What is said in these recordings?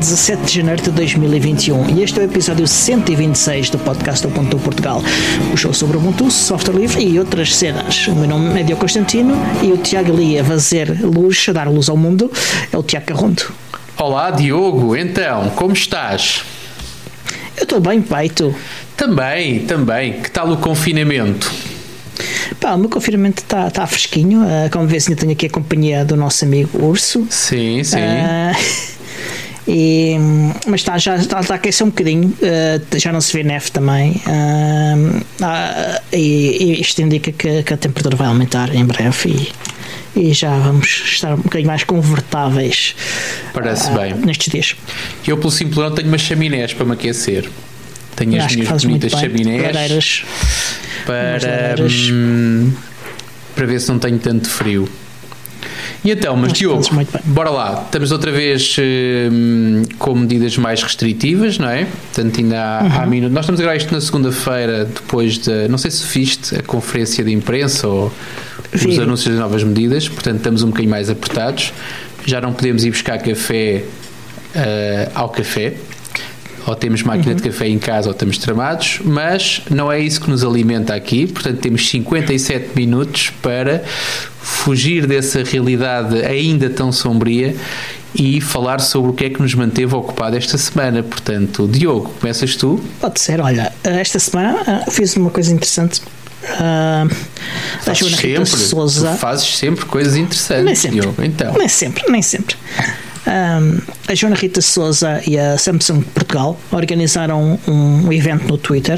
17 de janeiro de 2021 e este é o episódio 126 do podcast do Ubuntu Portugal, o show sobre o Ubuntu, software livre e outras cenas. O meu nome é Diogo Constantino e o Tiago ali a fazer luz, a dar luz ao mundo, é o Tiago Carrondo. Olá Diogo, então, como estás? Eu estou bem, pai, tu? Também. Que tal o confinamento? Pá, o meu confinamento está fresquinho. Como vês, ainda tenho aqui a companhia do nosso amigo Urso. Sim. Mas já está a aquecer um bocadinho. Já não se vê neve também. E isto indica que a temperatura vai aumentar em breve e já vamos estar um bocadinho mais confortáveis. Parece bem. Nestes dias. Eu, pelo simples, não tenho umas chaminés para me aquecer. Tenho as minhas bonitas chaminés para ver se não tenho tanto frio. E então, mas Diogo, bora lá, estamos outra vez com medidas mais restritivas, não é? Portanto, ainda há minutos. Nós estamos a gravar isto na segunda-feira, depois de, não sei se viste a conferência de imprensa ou os anúncios das novas medidas, portanto estamos um bocadinho mais apertados. Já não podemos ir buscar café ao café. Ou temos máquina de café em casa ou estamos tramados, mas não é isso que nos alimenta aqui, portanto temos 57 minutos para fugir dessa realidade ainda tão sombria e falar sobre o que é que nos manteve ocupado esta semana. Portanto, Diogo, começas tu? Pode ser, olha, esta semana fiz uma coisa interessante. Fazes sempre coisas interessantes, nem sempre, Diogo, então. Nem sempre. A Joana Rita Souza e a Samsung Portugal organizaram um evento no Twitter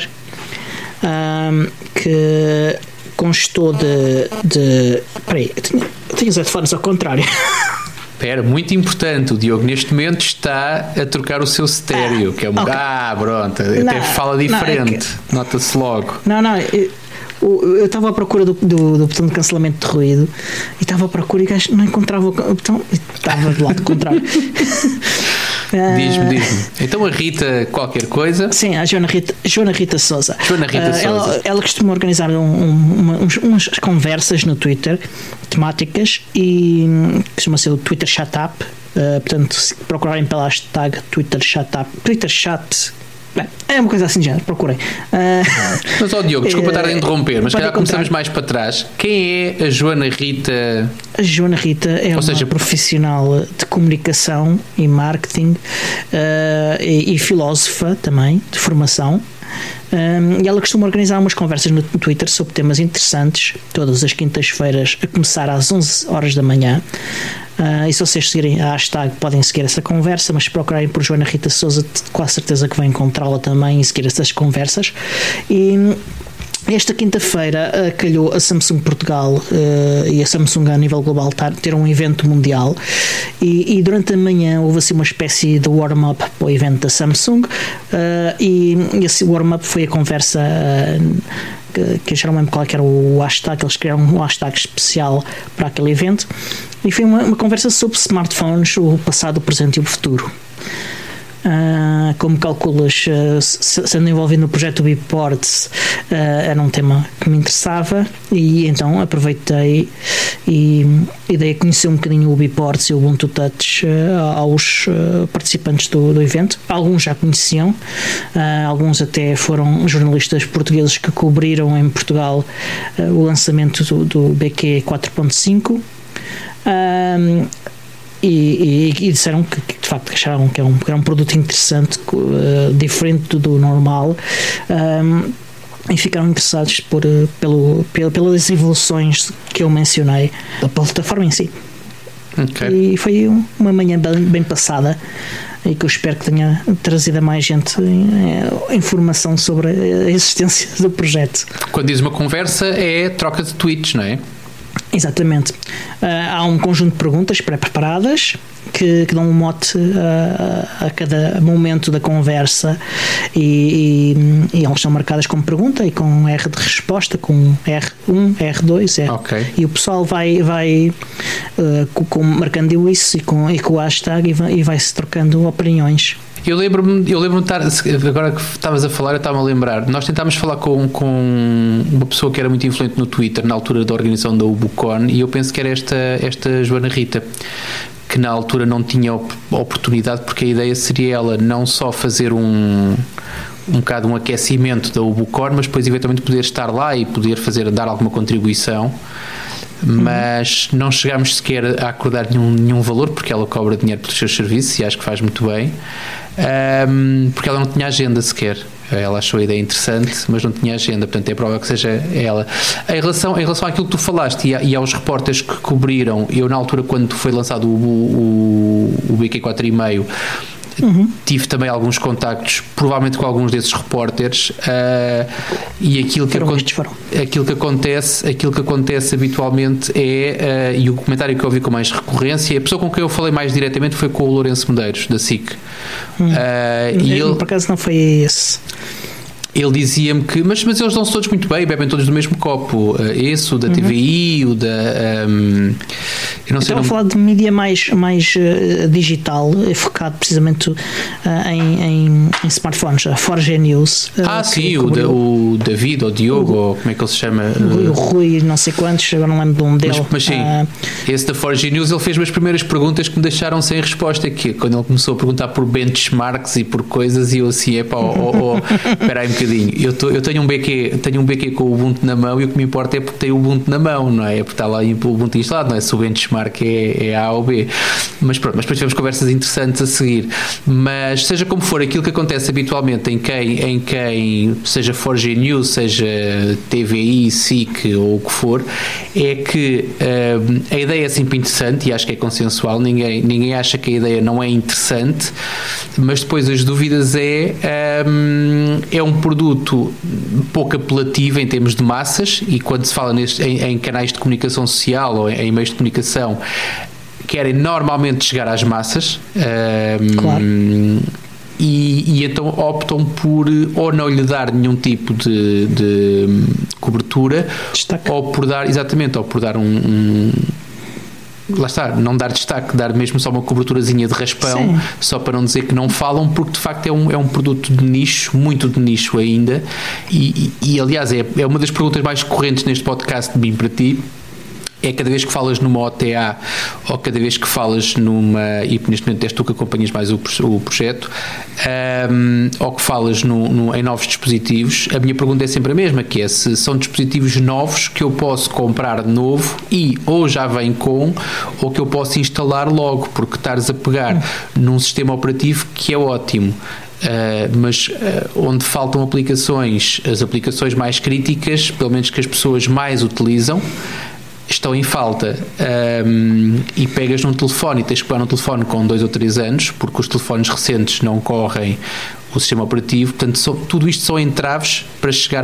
que constou de peraí, eu tenho os headphones ao contrário. Espera, muito importante, o Diogo neste momento está a trocar o seu estéreo, que é uma... Okay. Pronto, até fala diferente, nota-se logo. Eu estava à procura do botão de cancelamento de ruído e estava à procura e não encontrava o botão e estava do lado contrário. Diz-me. Então a Rita qualquer coisa? Sim, a Joana Rita Souza. Ela costuma organizar umas conversas no Twitter temáticas e costuma ser o Twitter Chat Up. Portanto, se procurarem pela hashtag Twitter Chat Up, Twitter Chat. É uma coisa assim já, procurem. Mas Diogo, desculpa estar a interromper, mas calhar começamos mais para trás. Quem é a Joana Rita? A Joana Rita é uma profissional de comunicação e marketing e filósofa também, de formação. E ela costuma organizar umas conversas no Twitter sobre temas interessantes todas as quintas-feiras, a começar às 11 horas da manhã. E se vocês seguirem a hashtag podem seguir essa conversa, mas se procurarem por Joana Rita Souza, com a certeza que vão encontrá-la também e seguir essas conversas. E esta quinta-feira calhou a Samsung Portugal e a Samsung a nível global ter um evento mundial e durante a manhã houve assim uma espécie de warm-up para o evento da Samsung e esse warm-up foi a conversa que eu já não lembro qual era o hashtag, eles criaram um hashtag especial para aquele evento e foi uma conversa sobre smartphones, o passado, o presente e o futuro. Como calculas, sendo envolvido no projeto Biports, era um tema que me interessava e então aproveitei e dei a conhecer um bocadinho o Biports e o Ubuntu Touch aos participantes do evento. Alguns já conheciam, alguns até foram jornalistas portugueses que cobriram em Portugal o lançamento do BQ 4.5. E disseram que de facto acharam que era um produto interessante, diferente do normal, e ficaram interessados pelas evoluções que eu mencionei da plataforma em si. Okay. E foi uma manhã bem passada e que eu espero que tenha trazido a mais gente informação sobre a existência do projeto. Quando diz uma conversa é troca de tweets, não é? Exatamente. Há um conjunto de perguntas pré-preparadas que dão um mote a cada momento da conversa e elas são marcadas como pergunta e com R de resposta, com R1, R2, R. Okay. E o pessoal vai marcando isso e com o hashtag e vai-se trocando opiniões. Eu lembro-me de estar, agora que estavas a falar, eu estava a lembrar, nós tentámos falar com uma pessoa que era muito influente no Twitter na altura da organização da Ubucon e eu penso que era esta Joana Rita, que na altura não tinha oportunidade, porque a ideia seria ela não só fazer um bocado um aquecimento da Ubucor, mas depois eventualmente poder estar lá e poder dar alguma contribuição, mas não chegámos sequer a acordar nenhum valor, porque ela cobra dinheiro pelos seus serviços e acho que faz muito bem, porque ela não tinha agenda sequer. Ela achou a ideia interessante, mas não tinha agenda, portanto é provável que seja ela. Em relação àquilo que tu falaste e aos repórteres que cobriram, eu na altura quando foi lançado o BQ4,5, tive também alguns contactos, provavelmente com alguns desses repórteres, e aquilo que acontece habitualmente e o comentário que eu ouvi com mais recorrência, a pessoa com quem eu falei mais diretamente foi com o Lourenço Medeiros, da SIC. E ele, por acaso, não foi esse. Ele dizia-me que, mas eles dão-se todos muito bem, bebem todos do mesmo copo. Esse, o da TVI, o da... eu não sei. Estava a falar de mídia mais digital, focado precisamente em smartphones, a Forge News. Sim, o David, ou Diogo, ou como é que ele se chama? O Rui, não sei quantos, agora não lembro de um dele. Mas sim, esse da Forge News, ele fez-me as primeiras perguntas que me deixaram sem resposta, que quando ele começou a perguntar por benchmarks e por coisas, e eu assim, espera aí um bocadinho. Eu tenho um BQ com o Ubuntu na mão, e o que me importa é porque tem o Ubuntu na mão, não é? É porque está lá o Ubuntu instalado, não é? Se o benchmark é A ou B. Mas pronto, mas depois tivemos conversas interessantes a seguir. Mas seja como for, aquilo que acontece habitualmente em quem seja Forge News, seja TVI, SIC ou o que for, é que a ideia é sempre interessante e acho que é consensual, ninguém acha que a ideia não é interessante, mas depois as dúvidas é um produto pouco apelativo em termos de massas, e quando se fala em canais de comunicação social ou em meios de comunicação, querem normalmente chegar às massas. Claro. E então optam por ou não lhe dar nenhum tipo de cobertura, destaque. ou por dar lá está, não dar destaque, dar mesmo só uma coberturazinha de raspão. Sim. Só para não dizer que não falam, porque de facto é um produto de nicho, muito de nicho ainda, e aliás é uma das perguntas mais correntes neste podcast de mim para ti. É cada vez que falas numa OTA, ou cada vez que falas numa, e neste momento és tu que acompanhas mais o projeto, ou que falas em novos dispositivos, a minha pergunta é sempre a mesma, que é se são dispositivos novos que eu posso comprar de novo e ou já vem com, ou que eu posso instalar logo, porque estares a pegar num sistema operativo que é ótimo. Mas onde faltam aplicações, as aplicações mais críticas, pelo menos que as pessoas mais utilizam, estão em falta, e pegas num telefone e tens que pegar num telefone com 2 ou 3 anos, porque os telefones recentes não correm o sistema operativo, portanto tudo isto são entraves para chegar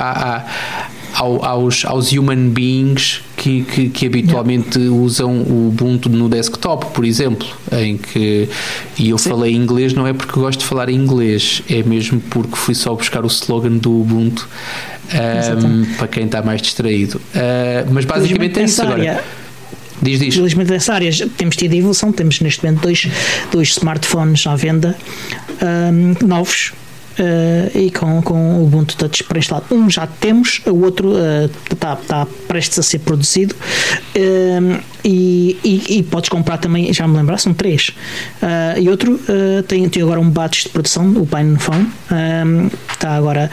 aos human beings que habitualmente usam o Ubuntu no desktop, por exemplo, e eu falei inglês não é porque gosto de falar em inglês, é mesmo porque fui só buscar o slogan do Ubuntu, para quem está mais distraído, mas basicamente é isso agora. Diz. Felizmente nessa área temos tido evolução, temos neste momento dois smartphones à venda, novos, e com o Ubuntu Touch pré-instalado. Um já temos, o outro está prestes a ser produzido, e podes comprar também, já me lembrar, são 3, e outro tem agora um batch de produção, o PinePhone, está agora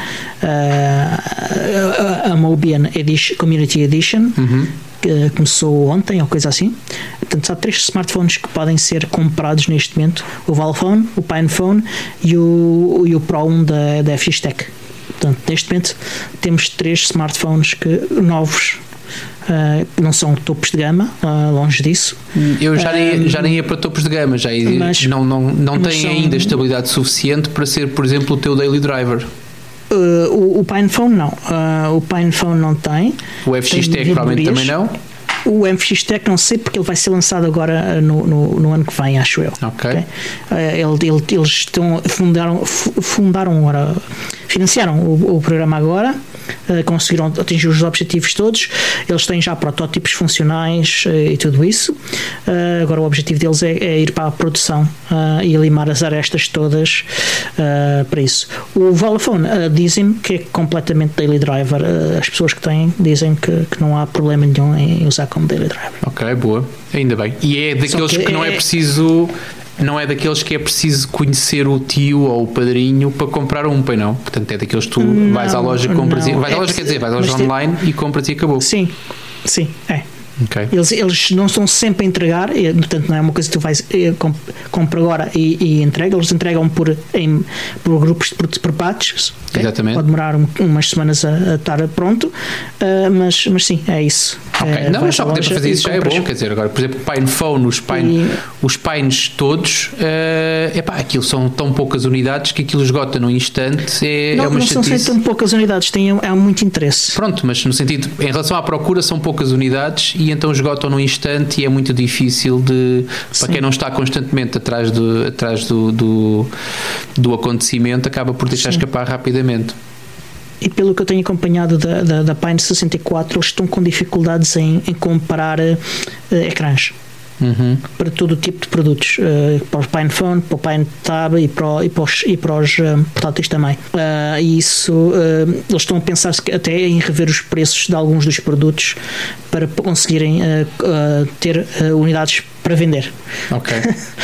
a Mobian Community Edition, que começou ontem ou coisa assim. Portanto, há 3 smartphones que podem ser comprados neste momento: o Valphone, o PinePhone e o Pro 1 da FX Tech. Portanto, neste momento temos 3 smartphones novos, não são topos de gama, longe disso. Eu já nem ia para topos de gama, mas não tem ainda estabilidade suficiente para ser, por exemplo, o teu daily driver. O PinePhone não. O PinePhone não tem. O FX Tech provavelmente também não. O FX Tech não sei, porque ele vai ser lançado agora no ano que vem, acho eu. Ok. Eles fundaram agora, financiaram o programa agora, conseguiram atingir os objetivos todos, eles têm já protótipos funcionais e tudo isso. Agora o objetivo deles é ir para a produção e limar as arestas todas para isso. O Vodafone dizem que é completamente daily driver. As pessoas que têm dizem que não há problema nenhum em usar como daily driver. Ok, boa, ainda bem. E é daqueles que não é preciso... Não é daqueles que é preciso conhecer o tio ou o padrinho para comprar um, pai não. Portanto, é daqueles que tu vais à loja, compras vais à loja, quer dizer, vais à loja online e compras e acabou. Sim, é. Okay. Eles não estão sempre a entregar, portanto não é uma coisa que tu vais compra agora e entrega, eles entregam por grupos, por batches, okay? Exatamente. Pode demorar umas semanas a estar pronto, mas sim, é isso. Okay. Não, mas só poder fazer isso já é bom, quer dizer, agora por exemplo o PinePhone, os Pines todos, aquilo são tão poucas unidades que aquilo esgota num instante, não são tão poucas unidades, há muito interesse. Pronto, mas no sentido, em relação à procura são poucas unidades e então esgotam num instante e é muito difícil para quem não está constantemente atrás do acontecimento, acaba por deixar escapar rapidamente. E pelo que eu tenho acompanhado da Pine 64, eles estão com dificuldades em comprar ecrãs para todo o tipo de produtos, para o PinePhone, para o PineTab e para os portáteis também. E isso, eles estão a pensar até em rever os preços de alguns dos produtos para conseguirem ter unidades para vender. Ok.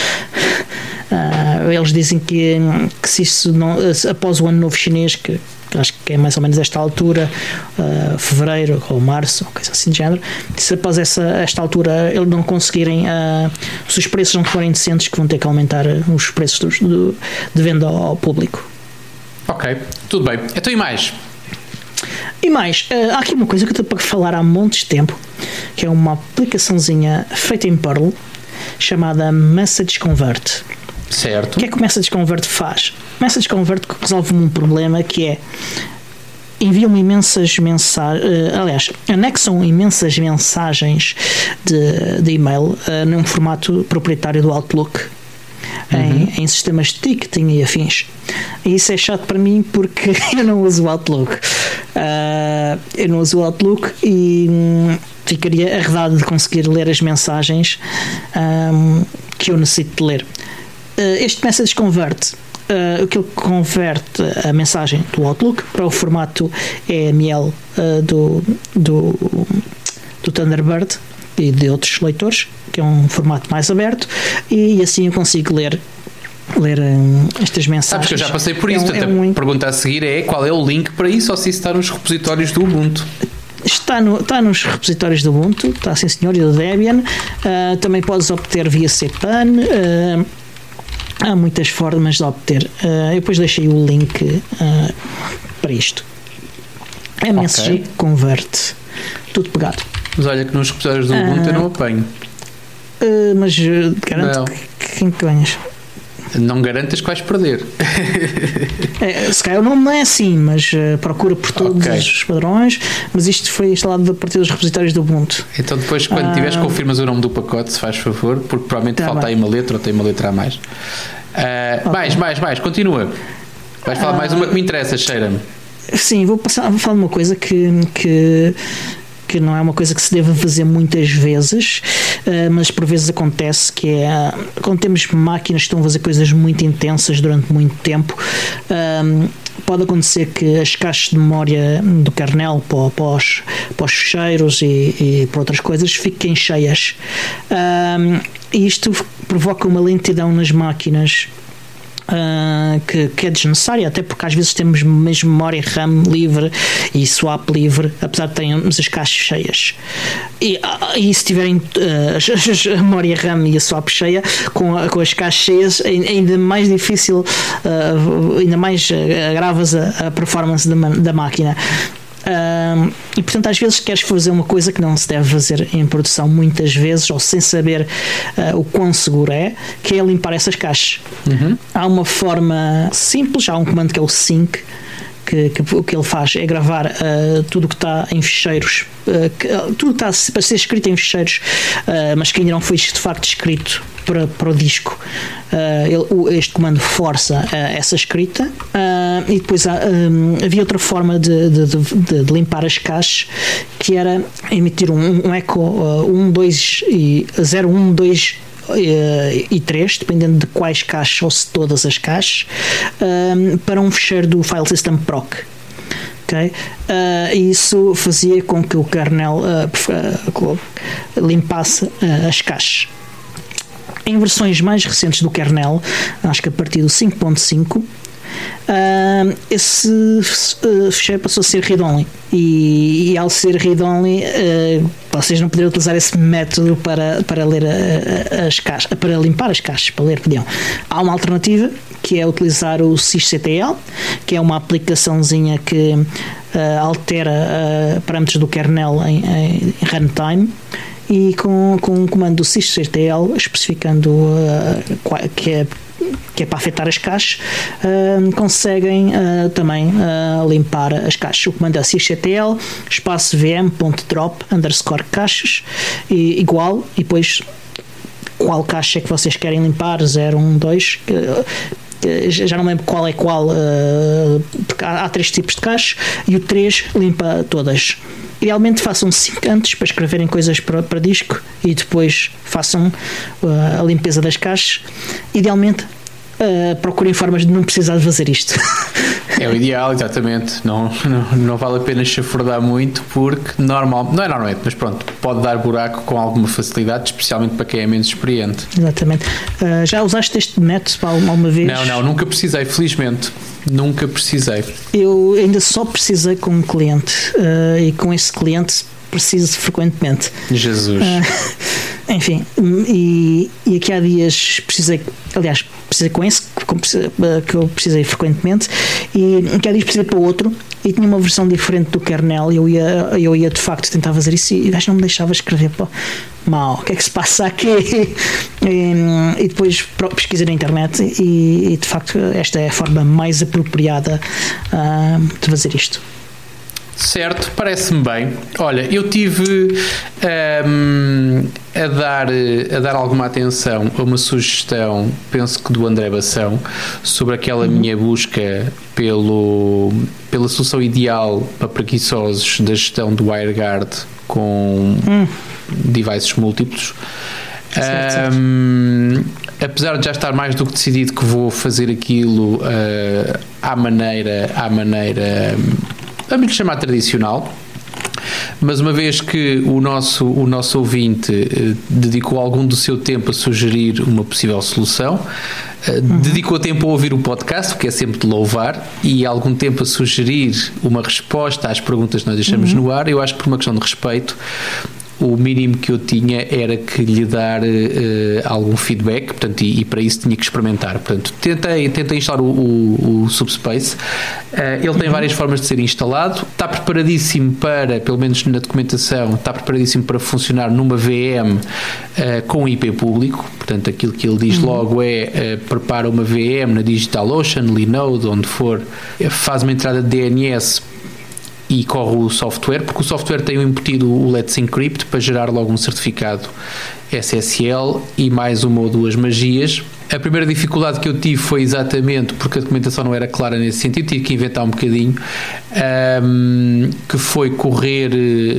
Eles dizem que se isso não, após o ano novo chinês, que acho que é mais ou menos esta altura, fevereiro ou março, coisa assim de género, se após esta altura eles não conseguirem, se os preços não forem decentes, que vão ter que aumentar os preços de venda ao público. Ok, tudo bem. Então E mais, há aqui uma coisa que eu estou para falar há montes de tempo, que é uma aplicaçãozinha feita em Perl chamada Message Convert. Certo. O que é que o Message Convert faz? O Message Convert resolve-me um problema que é enviam imensas mensagens, anexam imensas mensagens de e-mail num formato proprietário do Outlook. Em sistemas de ticketing e afins. E isso é chato para mim porque eu não uso o Outlook. E ficaria arredado de conseguir ler as mensagens que eu necessito de ler. Este Message Convert, o que ele converte a mensagem do Outlook para o formato EML do Thunderbird e de outros leitores, que é um formato mais aberto, e assim eu consigo ler estas mensagens. Sabes que eu já passei por isso, a pergunta a seguir é qual é o link para isso, ou se isso está nos repositórios do Ubuntu. Está nos repositórios do Ubuntu, está sim senhor, e do Debian. Também podes obter via cpan. Há muitas formas de obter. Eu depois deixei o link para isto. MSG Convert, tudo pegado. Mas olha que nos repositórios do Ubuntu eu não apanho. Mas garanto que quem ganhas. Não garantas que vais perder. Se calhar o nome não é assim, mas procura por todos os padrões. Mas isto foi instalado a partir dos repositórios do Ubuntu. Então depois quando tiveres confirmas o nome do pacote, se faz favor, porque provavelmente falta aí uma letra ou tem uma letra a mais. Mais, continua. Vais falar mais uma que me interessa, cheira-me. Sim, vou falar de uma coisa que não é uma coisa que se deve fazer muitas vezes, mas por vezes acontece, que é quando temos máquinas que estão a fazer coisas muito intensas durante muito tempo, pode acontecer que as caixas de memória do kernel para os ficheiros e para outras coisas fiquem cheias, e isto provoca uma lentidão nas máquinas que é desnecessária, até porque às vezes temos mesmo memória RAM livre e swap livre, apesar de termos as caixas cheias. E se tiverem a memória RAM e a swap cheia, com as caixas cheias, ainda mais difícil, ainda mais agravas a performance da máquina. E portanto às vezes queres fazer uma coisa que não se deve fazer em produção muitas vezes, ou sem saber o quão seguro é, que é limpar essas caixas. Há uma forma simples, há um comando que é o sync, que o que ele faz é gravar tudo o que está em ficheiros, tudo está para ser escrito em ficheiros, mas que ainda não foi de facto escrito para o disco. Este comando força essa escrita, e depois havia outra forma de limpar as caixas, que era emitir um eco 1, 2 e 0, 1, 2 e 3, dependendo de quais caixas ou se todas as caixas, para um fecheiro do file system proc. Okay? Isso fazia com que o kernel limpasse as caixas. Em versões mais recentes do kernel, acho que a partir do 5.5, esse fecheiro passou a ser read-only, e ao ser read-only, vocês não poderiam utilizar esse método para ler as caixas, para limpar as caixas, para ler, podiam. Há uma alternativa, que é utilizar o sysctl, que é uma aplicaçãozinha que altera parâmetros do kernel em runtime, e com um comando do sysctl especificando que é para afetar as caixas, conseguem também limpar as caixas. O comando é sysctl espaço vm.drop _ caixas e igual, e depois qual caixa é que vocês querem limpar, 0, 1, 2, já não lembro qual é qual, porque há 3 tipos de caixas, e o 3 limpa todas. Idealmente façam 5 antes para escreverem coisas para disco, e depois façam a limpeza das caixas. Idealmente procurem formas de não precisar de fazer isto. É o ideal, exatamente. Não vale a pena chafurdar muito, porque não é normalmente, mas pronto, pode dar buraco com alguma facilidade, especialmente para quem é menos experiente. Exatamente. Já usaste este método alguma vez? Não, nunca precisei, felizmente. Nunca precisei. Eu ainda só precisei com um cliente, e com esse cliente preciso frequentemente. Jesus. Enfim, e aqui há dias precisei com esse que eu precisei frequentemente, e aqui há dias precisei para outro, e tinha uma versão diferente do kernel, e eu ia de facto tentar fazer isso, e o gajo não me deixava escrever. Mal, o que é que se passa aqui? E depois pesquisei na internet, e de facto esta é a forma mais apropriada de fazer isto. Certo, parece-me bem. Olha, eu tive a dar alguma atenção a uma sugestão, penso que do André Bação, sobre aquela minha busca pela solução ideal para preguiçosos da gestão do WireGuard com devices múltiplos. Certo. Apesar de já estar mais do que decidido que vou fazer aquilo à maneira vamos lhe chamar tradicional, mas uma vez que o nosso ouvinte dedicou algum do seu tempo a sugerir uma possível solução, dedicou tempo a ouvir o podcast, o que é sempre de louvar, e algum tempo a sugerir uma resposta às perguntas que nós deixamos no ar, eu acho que por uma questão de respeito, o mínimo que eu tinha era que lhe dar algum feedback, portanto, e para isso tinha que experimentar. Portanto, tentei instalar o Subspace. Ele tem várias formas de ser instalado. Está preparadíssimo para, pelo menos na documentação, está preparadíssimo para funcionar numa VM com IP público. Portanto, aquilo que ele diz logo é prepara uma VM na DigitalOcean, Linode, onde for, faz uma entrada de DNS e corre o software, porque o software tem embutido o Let's Encrypt para gerar logo um certificado SSL e mais uma ou duas magias. A primeira dificuldade que eu tive foi exatamente porque a documentação não era clara nesse sentido, tive que inventar um bocadinho, que foi correr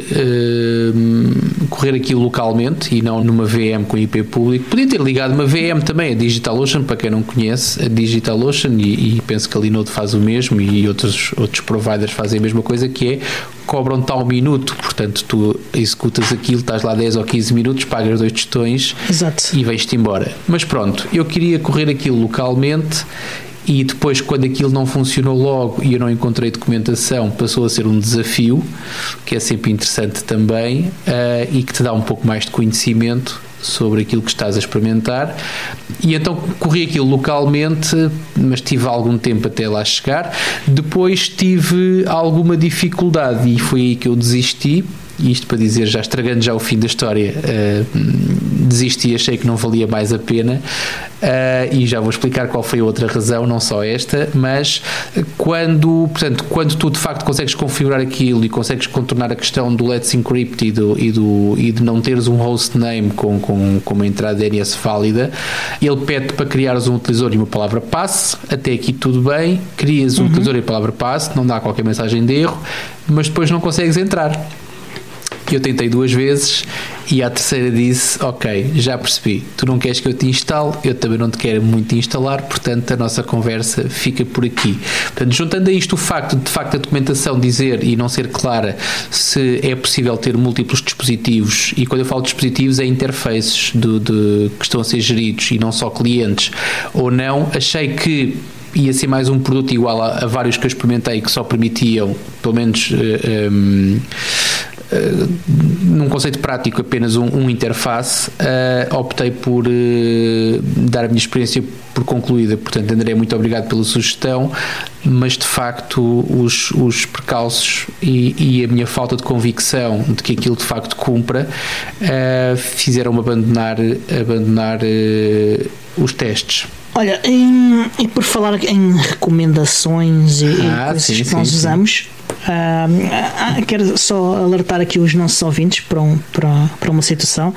aquilo localmente e não numa VM com IP público. Podia ter ligado uma VM também, a DigitalOcean, para quem não conhece, a DigitalOcean, e penso que a Linode faz o mesmo, e outros providers fazem a mesma coisa, que é cobram-te ao minuto, portanto tu executas aquilo, estás lá 10 ou 15 minutos, pagas 2 tostões. Exato. E vais-te embora. Mas pronto, eu queria correr aquilo localmente, e depois, quando aquilo não funcionou logo e eu não encontrei documentação, passou a ser um desafio, que é sempre interessante também, e que te dá um pouco mais de conhecimento sobre aquilo que estás a experimentar. E então corri aquilo localmente, mas tive algum tempo até lá chegar. Depois tive alguma dificuldade e foi aí que eu desisti. Isto para dizer, já estragando já o fim da história, desisti e achei que não valia mais a pena. e já vou explicar qual foi a outra razão, não só esta, mas quando tu de facto consegues configurar aquilo e consegues contornar a questão do Let's Encrypt e de não teres um hostname com uma entrada DNS válida, ele pede para criares um utilizador e uma palavra passe. Até aqui tudo bem, crias um utilizador e a palavra passe, não dá qualquer mensagem de erro, mas depois não consegues entrar. Eu tentei 2 vezes e à terceira disse: ok, já percebi, tu não queres que eu te instale, eu também não te quero muito instalar, portanto a nossa conversa fica por aqui. Portanto, juntando a isto o facto de facto a documentação dizer e não ser clara se é possível ter múltiplos dispositivos, e quando eu falo de dispositivos é interfaces que estão a ser geridos e não só clientes ou não, achei que ia ser mais um produto igual a vários que eu experimentei que só permitiam, pelo menos num conceito prático, apenas um interface. Optei por dar a minha experiência por concluída. Portanto, André, muito obrigado pela sugestão, mas de facto os percalços e a minha falta de convicção de que aquilo de facto cumpra fizeram-me abandonar os testes. Olha, e por falar em recomendações e coisas que nós usamos, quero só alertar aqui os nossos ouvintes para uma situação.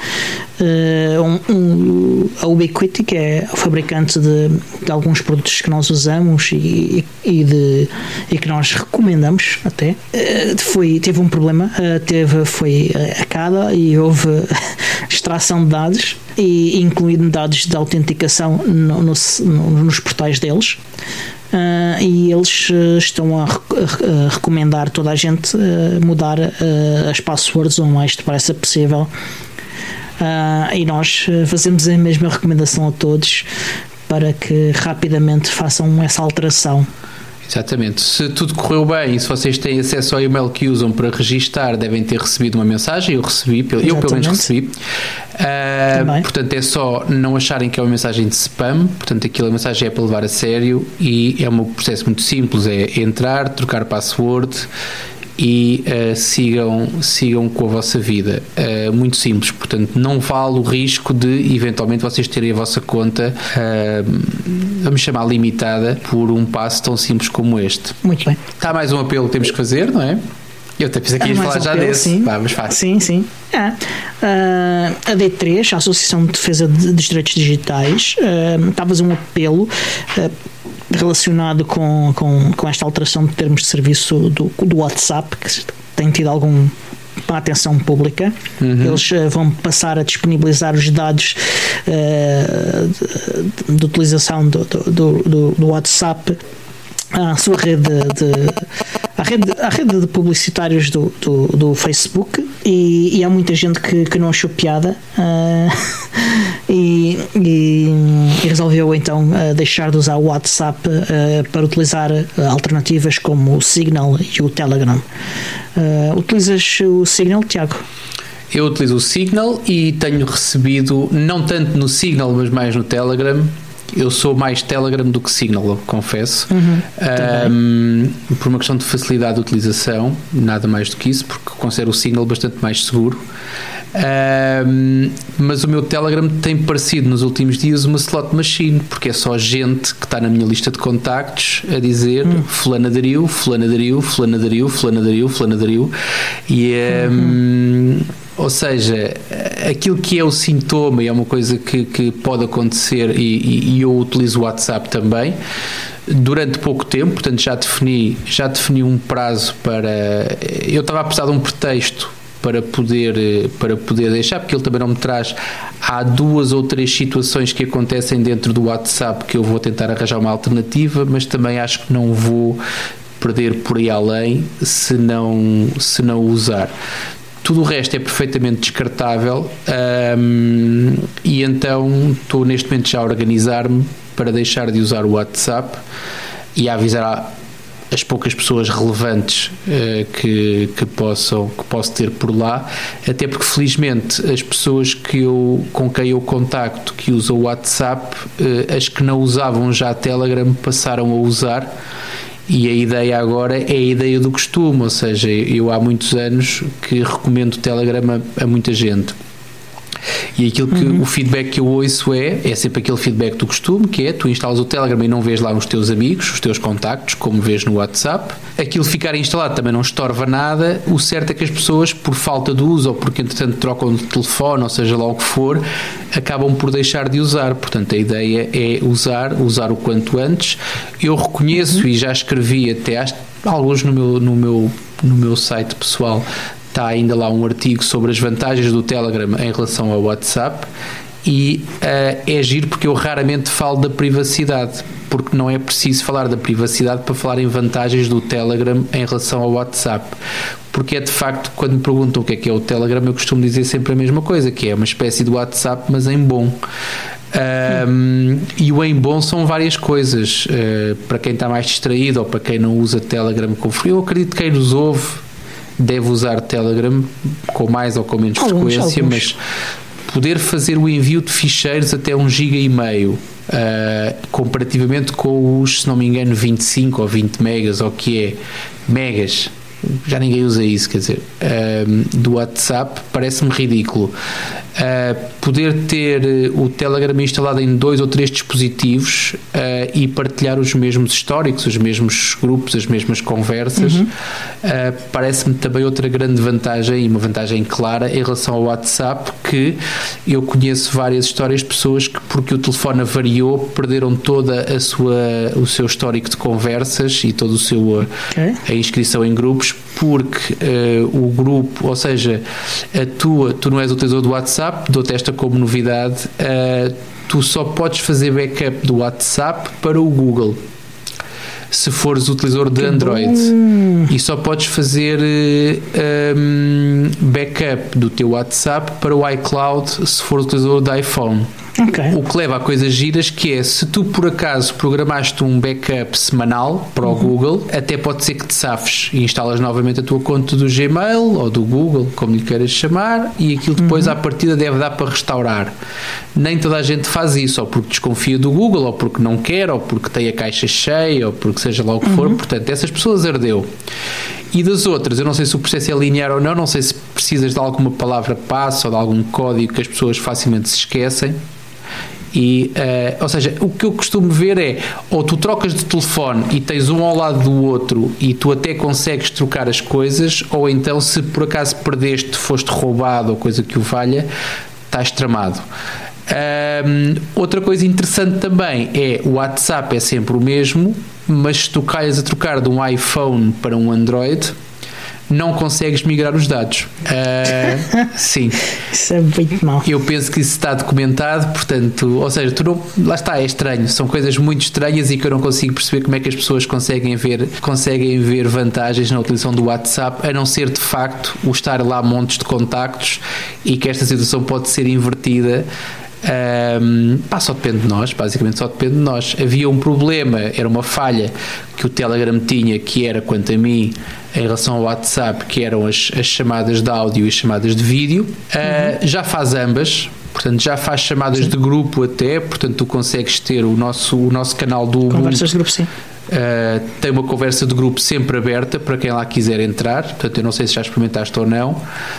A Ubiquiti, que é o fabricante de alguns produtos que nós usamos e que nós recomendamos até, teve um problema, foi hackada e houve extração de dados, e incluindo dados de autenticação nos portais deles. E eles estão a recomendar toda a gente mudar as passwords o mais depressa possível, e nós fazemos a mesma recomendação a todos para que rapidamente façam essa alteração. Exatamente. Se tudo correu bem e se vocês têm acesso ao e-mail que usam para registar, devem ter recebido uma mensagem. Eu pelo menos recebi. Portanto, é só não acharem que é uma mensagem de spam. Portanto, aquela mensagem é para levar a sério e é um processo muito simples: é entrar, trocar password e sigam com a vossa vida. Muito simples. Portanto, não vale o risco de eventualmente vocês terem a vossa conta, vamos chamar, limitada por um passo tão simples como este. Muito bem. Está mais um apelo que temos que fazer, não é? Eu até pensei que ias falar já desse. Sim. Vamos, fácil. Sim. A D3, a Associação de Defesa dos Direitos Digitais, está a fazer um apelo relacionado com esta alteração de termos de serviço do WhatsApp, que tem tido alguma atenção pública. Eles vão passar a disponibilizar os dados de utilização do WhatsApp à sua rede à rede de publicitários do Facebook, e há muita gente que não achou piada e resolveu então deixar de usar o WhatsApp para utilizar alternativas como o Signal e o Telegram. Utilizas o Signal, Tiago? Eu utilizo o Signal e tenho recebido, não tanto no Signal, mas mais no Telegram. Eu sou mais Telegram do que Signal, eu confesso. Por uma questão de facilidade de utilização, nada mais do que isso, porque considero o Signal bastante mais seguro. Mas o meu Telegram tem parecido nos últimos dias uma slot machine, porque é só gente que está na minha lista de contactos a dizer fulano aderiu, fulano aderiu, fulano aderiu, fulano aderiu, fulano aderiu, e ou seja, aquilo que é o sintoma, e é uma coisa que pode acontecer, e eu utilizo o WhatsApp também durante pouco tempo. Portanto, já defini um prazo para... Eu estava a precisar de um pretexto para poder deixar, porque ele também não me traz. Há 2 ou 3 situações que acontecem dentro do WhatsApp que eu vou tentar arranjar uma alternativa, mas também acho que não vou perder por aí além se não o usar. Tudo o resto é perfeitamente descartável, e então estou neste momento já a organizar-me para deixar de usar o WhatsApp e a avisar as poucas pessoas relevantes que posso ter por lá, até porque felizmente as pessoas com quem eu contacto que usam o WhatsApp, as que não usavam já Telegram passaram a usar. E a ideia agora é a ideia do costume, ou seja, eu há muitos anos que recomendo o Telegram a muita gente. E aquilo que o feedback que eu ouço é sempre aquele feedback do costume, que é: tu instalas o Telegram e não vês lá os teus amigos, os teus contactos, como vês no WhatsApp. Aquilo ficar instalado também não estorva nada. O certo é que as pessoas, por falta de uso ou porque entretanto trocam de telefone, ou seja lá o que for, acabam por deixar de usar. Portanto, a ideia é usar o quanto antes. Eu reconheço e já escrevi até alguns no meu site pessoal. Está ainda lá um artigo sobre as vantagens do Telegram em relação ao WhatsApp, e é giro porque eu raramente falo da privacidade, porque não é preciso falar da privacidade para falar em vantagens do Telegram em relação ao WhatsApp, porque é de facto, quando me perguntam o que é o Telegram, eu costumo dizer sempre a mesma coisa, que é uma espécie de WhatsApp, mas em bom. E o em bom são várias coisas, para quem está mais distraído ou para quem não usa Telegram com frio. Eu acredito que quem nos ouve deve usar Telegram com mais ou com menos frequência, mas poder fazer o envio de ficheiros até 1,5 GB, comparativamente com os, se não me engano, 25 ou 20 megas, ou que é megas, já ninguém usa isso, quer dizer, do WhatsApp, parece-me ridículo. Poder ter o Telegram instalado em 2 ou 3 dispositivos e partilhar os mesmos históricos, os mesmos grupos, as mesmas conversas, parece-me também outra grande vantagem, e uma vantagem clara em relação ao WhatsApp, que eu conheço várias histórias de pessoas que, porque o telefone avariou, perderam toda o seu histórico de conversas e todo a inscrição em grupos, porque o grupo, ou seja, tu não és utilizador do WhatsApp, dou-te esta como novidade, tu só podes fazer backup do WhatsApp para o Google se fores utilizador de Android, e só podes fazer backup do teu WhatsApp para o iCloud se fores utilizador de iPhone. O que leva a coisas giras, que é, se tu por acaso programaste um backup semanal para o Google, até pode ser que te safes e instalas novamente a tua conta do Gmail ou do Google, como lhe queiras chamar, e aquilo depois à partida deve dar para restaurar. Nem toda a gente faz isso, ou porque desconfia do Google, ou porque não quer, ou porque tem a caixa cheia, ou porque seja lá o que for. Portanto, essas pessoas ardeu. E das outras, eu não sei se o processo é linear ou não sei se precisas de alguma palavra passe ou de algum código que as pessoas facilmente se esquecem. E, ou seja, o que eu costumo ver é, ou tu trocas de telefone e tens um ao lado do outro e tu até consegues trocar as coisas, ou então, se por acaso perdeste, foste roubado ou coisa que o valha, estás tramado. Outra coisa interessante também é, o WhatsApp é sempre o mesmo, mas se tu calhas a trocar de um iPhone para um Android, não consegues migrar os dados. Sim. Isso é muito mau. Eu penso que isso está documentado, portanto, ou seja, tu não, lá está, é estranho, são coisas muito estranhas e que eu não consigo perceber como é que as pessoas conseguem ver vantagens na utilização do WhatsApp, a não ser de facto o estar lá montes de contactos, e que esta situação pode ser invertida. Só depende de nós, basicamente só depende de nós. Havia um problema, era uma falha que o Telegram tinha, que era, quanto a mim, em relação ao WhatsApp, que eram as chamadas de áudio e as chamadas de vídeo. Já faz ambas, portanto já faz chamadas de grupo até, portanto tu consegues ter o nosso canal do Conversas de grupo, sim. Tem uma conversa de grupo sempre aberta para quem lá quiser entrar, portanto eu não sei se já experimentaste ou não,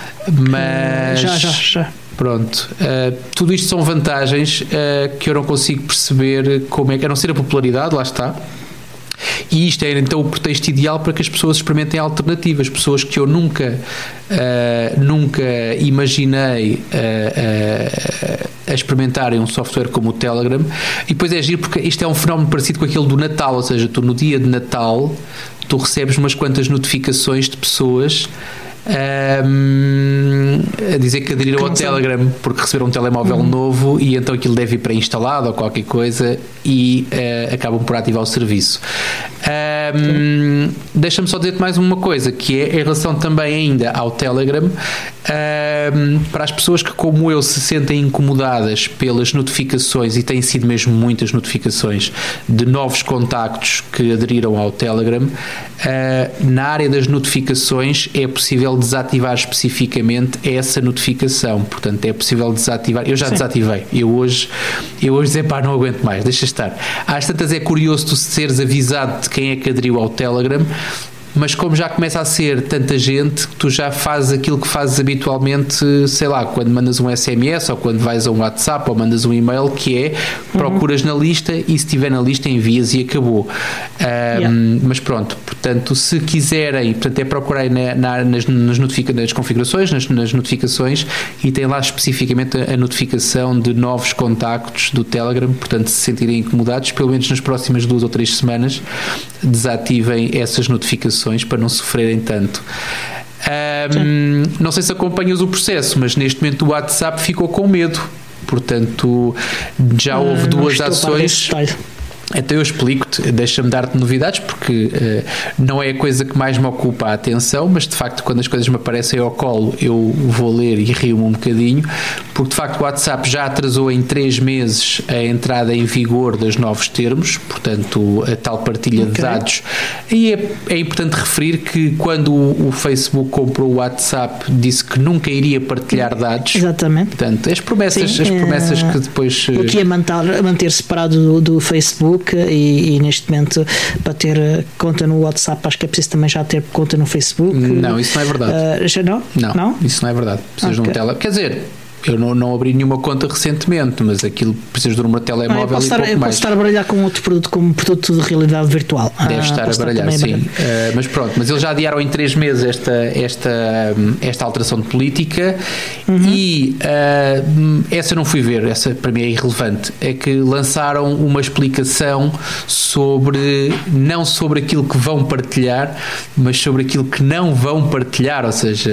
mas já. Pronto, tudo isto são vantagens que eu não consigo perceber como é que, a não ser a popularidade, lá está. E isto é então o pretexto ideal para que as pessoas experimentem alternativas, pessoas que eu nunca imaginei a experimentarem um software como o Telegram. E depois é giro porque isto é um fenómeno parecido com aquele do Natal, ou seja, tu no dia de Natal tu recebes umas quantas notificações de pessoas a dizer que aderiram ao Telegram porque receberam um telemóvel novo, e então aquilo deve ir pré-instalado ou qualquer coisa, e acabam por ativar o serviço. Deixa-me só dizer-te mais uma coisa, que é em relação também ainda ao Telegram, para as pessoas que, como eu, se sentem incomodadas pelas notificações, e têm sido mesmo muitas notificações de novos contactos que aderiram ao Telegram, na área das notificações é possível desativar especificamente essa notificação. Portanto, é possível desativar. Eu já desativei. Eu hoje dizer, não aguento mais, deixa estar. Às tantas é curioso tu seres avisado de quem é que aderiu ao Telegram, mas como já começa a ser tanta gente, tu já fazes aquilo que fazes habitualmente, sei lá, quando mandas um SMS ou quando vais a um WhatsApp ou mandas um e-mail, que é procuras na lista e se estiver na lista envias e acabou. Mas pronto, portanto, se quiserem, portanto, é procurarem nas configurações, nas notificações, e tem lá especificamente a notificação de novos contactos do Telegram. Portanto, se sentirem incomodados, pelo menos nas próximas 2 ou 3 semanas, desativem essas notificações para não sofrerem tanto. Não sei se acompanhas o processo, mas neste momento o WhatsApp ficou com medo. Portanto, já houve 2 ações. Então eu explico-te, deixa-me dar-te novidades, porque não é a coisa que mais me ocupa a atenção, mas de facto quando as coisas me aparecem ao colo eu vou ler e rio-me um bocadinho, porque de facto o WhatsApp já atrasou em 3 meses a entrada em vigor dos novos termos, portanto a tal partilha de dados. E é importante referir que quando o Facebook comprou o WhatsApp disse que nunca iria partilhar dados. Exatamente. Portanto, as promessas que depois... O que ia manter separado do Facebook. E neste momento, para ter conta no WhatsApp, acho que é preciso também já ter conta no Facebook. Não, isso não é verdade. Já não? Não, isso não é verdade. Precisas de um Telegram. Quer dizer, eu não abri nenhuma conta recentemente, mas aquilo precisas de um telemóvel e pouco mais. Posso estar a baralhar com outro produto, como produto de realidade virtual. Deve estar a baralhar, sim. Mas pronto, mas eles já adiaram em 3 meses esta alteração de política e essa eu não fui ver, essa para mim é irrelevante. É que lançaram uma explicação não sobre aquilo que vão partilhar, mas sobre aquilo que não vão partilhar, ou seja...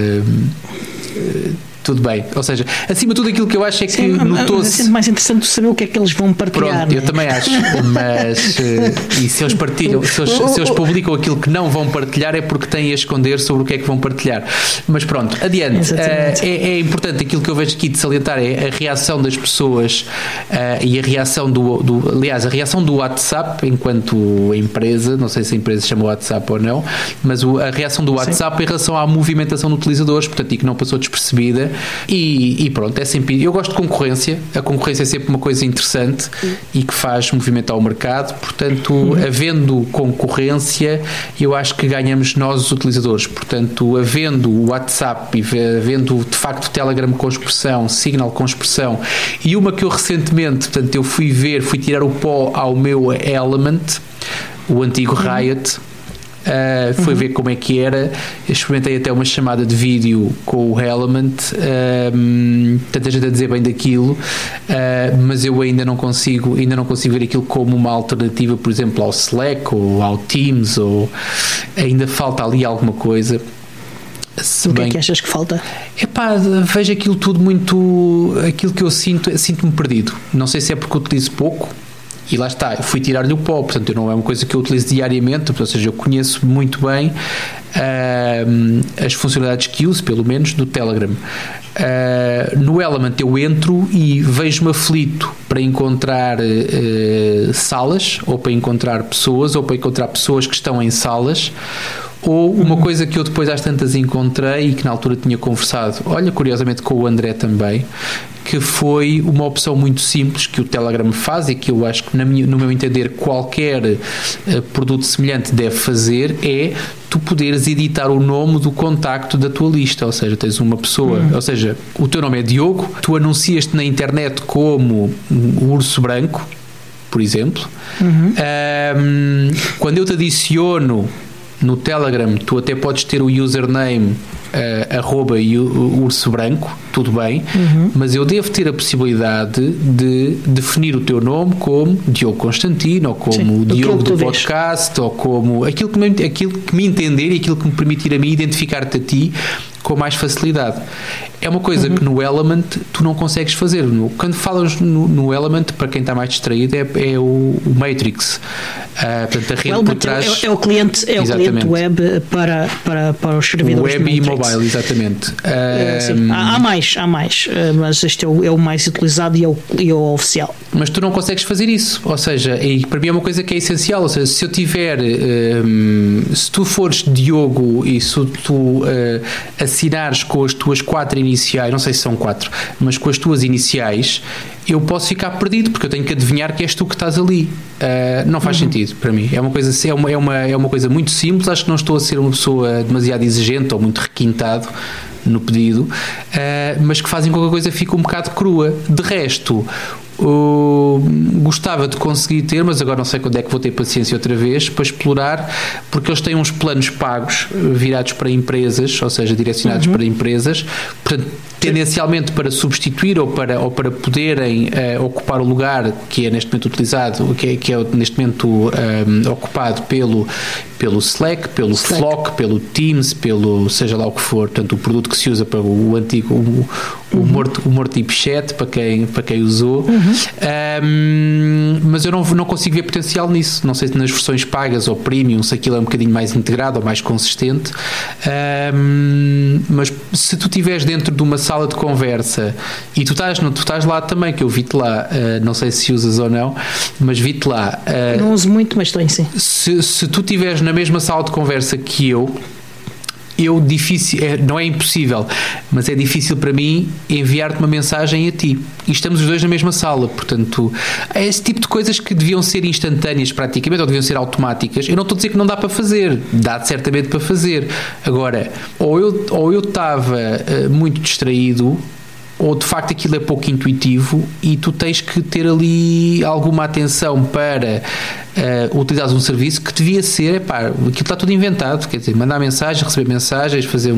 tudo bem, ou seja, acima de tudo aquilo que eu acho é que notou-se... É sempre mais interessante saber o que é que eles vão partilhar. Pronto, eu também acho, mas e se eles partilham, se eles publicam aquilo que não vão partilhar é porque têm a esconder sobre o que é que vão partilhar. Mas pronto, adiante. É importante aquilo que eu vejo aqui de salientar é a reação das pessoas e a reação aliás, a reação do WhatsApp enquanto empresa, não sei se a empresa se chama WhatsApp ou não, mas a reação do WhatsApp em relação à movimentação de utilizadores, portanto, e que não passou despercebida. E pronto, é sempre. Eu gosto de concorrência, a concorrência é sempre uma coisa interessante e que faz movimentar o mercado, portanto, havendo concorrência, eu acho que ganhamos nós, os utilizadores. Portanto, havendo o WhatsApp e havendo de facto o Telegram com expressão, Signal com expressão, e uma que eu recentemente, portanto, eu fui tirar o pó ao meu Element, o antigo Riot. Fui ver como é que era, experimentei até uma chamada de vídeo com o Element, tanta gente a dizer bem daquilo, mas eu ainda não consigo ver aquilo como uma alternativa, por exemplo, ao Slack ou ao Teams, ou ainda falta ali alguma coisa. O que é que achas que falta? Vejo aquilo tudo muito, aquilo que eu sinto-me perdido, não sei se é porque utilizo pouco. E lá está, eu fui tirar-lhe o pó, portanto não é uma coisa que eu utilizo diariamente, ou seja, eu conheço muito bem as funcionalidades que uso, pelo menos, do Telegram. No Element eu entro e vejo-me aflito para encontrar salas, ou para encontrar pessoas, ou para encontrar pessoas que estão em salas, ou uma coisa que eu depois às tantas encontrei e que na altura tinha conversado, olha, curiosamente com o André também, que foi uma opção muito simples que o Telegram faz e que eu acho que no meu entender qualquer produto semelhante deve fazer, é tu poderes editar o nome do contacto da tua lista, ou seja, tens uma pessoa, ou seja, o teu nome é Diogo, tu anuncias-te na internet como o urso branco, por exemplo. Quando eu te adiciono no Telegram, tu até podes ter o username @urso branco, tudo bem, mas eu devo ter a possibilidade de definir o teu nome como Diogo Constantino, ou como Diogo do podcast, ou como aquilo que me entender e aquilo que me permitir a mim identificar-te a ti com mais facilidade. É uma coisa que no Element tu não consegues fazer. Quando falas no Element, para quem está mais distraído, é o Matrix. Portanto, a rede por trás... É o cliente web para os servidores. Web e mobile, exatamente. Há mais, mas este é o mais utilizado e é o oficial. Mas tu não consegues fazer isso. Ou seja, e para mim é uma coisa que é essencial. Ou seja, se eu se tu fores Diogo e se tu assinares com as tuas 4 iniciais, não sei se são 4, mas com as tuas iniciais, eu posso ficar perdido, porque eu tenho que adivinhar que és tu que estás ali. Não faz sentido para mim. É uma coisa muito simples. Acho que não estou a ser uma pessoa demasiado exigente ou muito requintado no pedido, mas que fazem com que a coisa fique um bocado crua. De resto, gostava de conseguir ter, mas agora não sei quando é que vou ter paciência outra vez para explorar, porque eles têm uns planos pagos virados para empresas, ou seja, direcionados para empresas, portanto, tendencialmente para substituir ou para poderem ocupar o lugar que é neste momento utilizado, que é neste momento ocupado pelo Slack, pelo Flock, pelo Teams, pelo seja lá o que for, portanto o produto que se usa para o antigo o morto tipo chat, para quem usou, mas eu não consigo ver potencial nisso. Não sei se nas versões pagas ou premium se aquilo é um bocadinho mais integrado ou mais consistente, mas se tu estiveres dentro de uma sala de conversa e tu estás lá também, que eu vi-te lá, não sei se usas ou não, mas vi-te lá. Não uso muito, mas estou em sim. Se tu estiveres na mesma sala de conversa que eu não é impossível, mas é difícil para mim enviar-te uma mensagem a ti. E estamos os dois na mesma sala, portanto, é esse tipo de coisas que deviam ser instantâneas praticamente, ou deviam ser automáticas. Eu não estou a dizer que não dá para fazer, dá certamente para fazer. Agora, ou eu estava muito distraído, ou de facto aquilo é pouco intuitivo e tu tens que ter ali alguma atenção para utilizares um serviço que devia ser, aquilo está tudo inventado, quer dizer, mandar mensagens, receber mensagens, fazer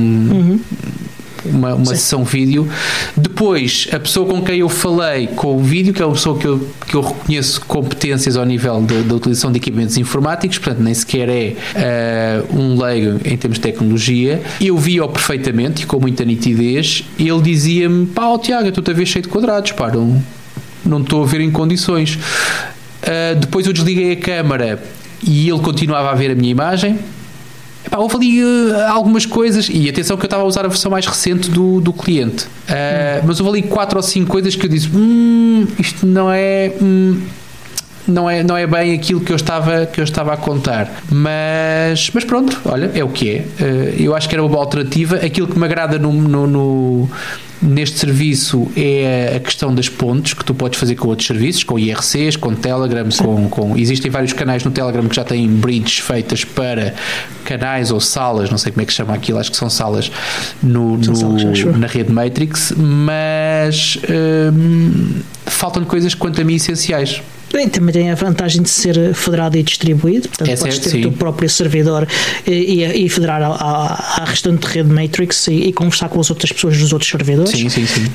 uma sessão vídeo. Depois, a pessoa com quem eu falei com o vídeo, que é uma pessoa que eu reconheço competências ao nível da utilização de equipamentos informáticos, portanto nem sequer é um leigo em termos de tecnologia, eu vi-o perfeitamente e com muita nitidez. Ele dizia-me: Tiago, eu estou a ver cheio de quadrados, não estou a ver em condições. Depois eu desliguei a câmara e ele continuava a ver a minha imagem. Houve ali algumas coisas, e atenção que eu estava a usar a versão mais recente do cliente, mas houve ali 4 ou 5 coisas que eu disse: isto não é bem aquilo que eu estava a contar, mas pronto, olha, é o que é. Eu acho que era uma boa alternativa. Aquilo que me agrada neste serviço é a questão das pontes que tu podes fazer com outros serviços, com IRCs, com Telegram, existem vários canais no Telegram que já têm bridges feitas para canais ou salas, não sei como é que se chama aquilo, acho que são salas na rede Matrix, mas faltam coisas quanto a mim essenciais. Bem, também tem a vantagem de ser federado e distribuído, portanto podes ter o teu próprio servidor e federar à restante rede Matrix e conversar com as outras pessoas dos outros servidores. Sim.